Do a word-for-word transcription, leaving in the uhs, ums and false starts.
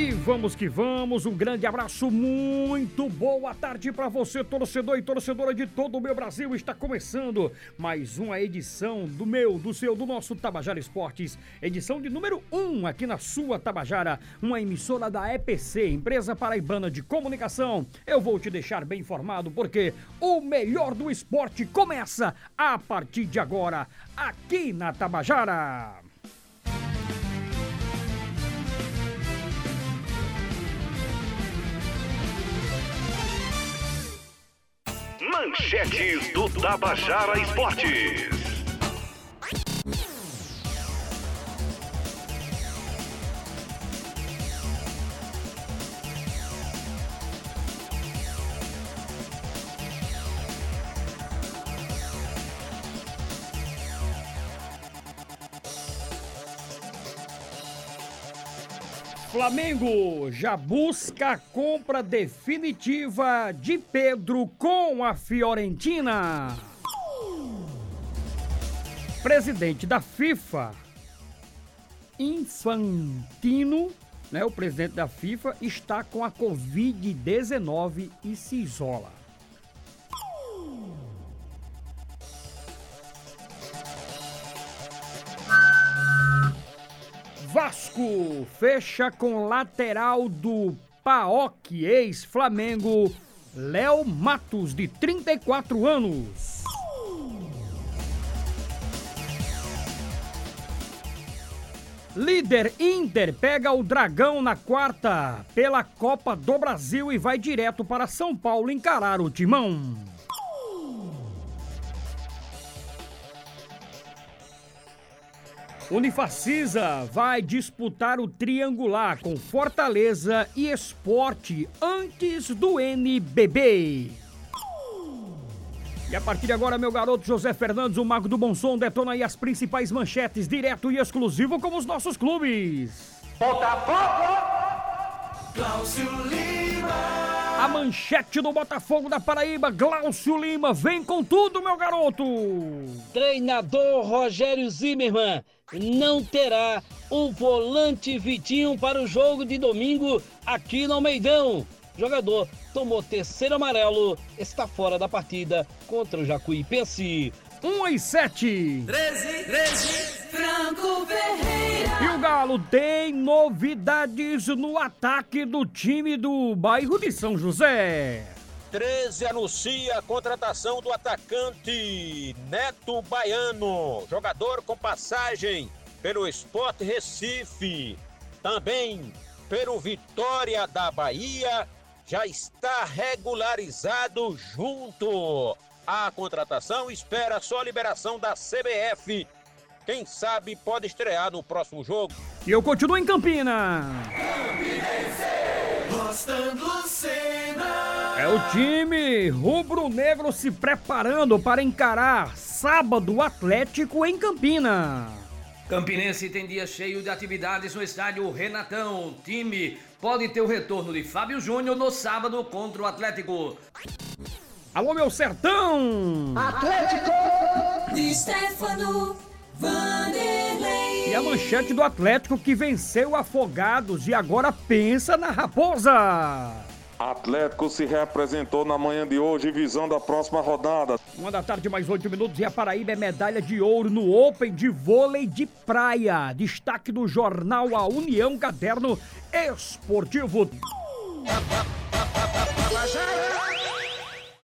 E vamos que vamos, um grande abraço, muito boa tarde para você, torcedor e torcedora de todo o meu Brasil. Está começando mais uma edição do meu, do seu, do nosso Tabajara Esportes, edição de número um aqui na sua Tabajara, uma emissora da E P C, Empresa Paraibana de Comunicação. Eu vou te deixar bem informado porque o melhor do esporte começa a partir de agora, aqui na Tabajara. Manchetes do Tabajara Esportes. Flamengo já busca a compra definitiva de Pedro com a Fiorentina. Presidente da FIFA, Infantino, né, o presidente da FIFA, está com a covid dezenove e se isola. Vasco fecha com lateral do P A O C, ex-Flamengo, Léo Matos, de trinta e quatro anos. Líder Inter pega o Dragão na quarta pela Copa do Brasil e vai direto para São Paulo encarar o Timão. Unifacisa vai disputar o triangular com Fortaleza e Sport antes do N B B. E a partir de agora, meu garoto José Fernandes, o mago do bom som, detona aí as principais manchetes, direto e exclusivo com os nossos clubes. Botafogo! Glaucio Lima! A manchete do Botafogo da Paraíba, Glaucio Lima, vem com tudo, meu garoto! Treinador Rogério Zimmermann não terá o volante Vitinho para o jogo de domingo aqui no Almeidão. Jogador tomou terceiro amarelo, está fora da partida contra o Jacuipense. um e sete. treze, treze, Franco Ferreira. E o Galo tem novidades no ataque do time do bairro de São José. treze anuncia a contratação do atacante Neto Baiano, jogador com passagem pelo Sport Recife, também pelo Vitória da Bahia, já está regularizado junto à contratação, espera só a liberação da C B F, quem sabe pode estrear no próximo jogo. E eu continuo em Campina. Rostando Cena. É o time rubro-negro se preparando para encarar sábado o Atlético em Campina. Campinense tem dia cheio de atividades no estádio Renatão. Time pode ter o retorno de Fábio Júnior no sábado contra o Atlético. Alô, meu sertão! Atlético! De Stefano Vanderlei. E a manchete do Atlético que venceu Afogados e agora pensa na Raposa. Atlético se reapresentou na manhã de hoje, visando a próxima rodada. Uma da tarde, mais oito minutos, e a Paraíba é medalha de ouro no Open de vôlei de praia. Destaque do jornal A União Caderno Esportivo.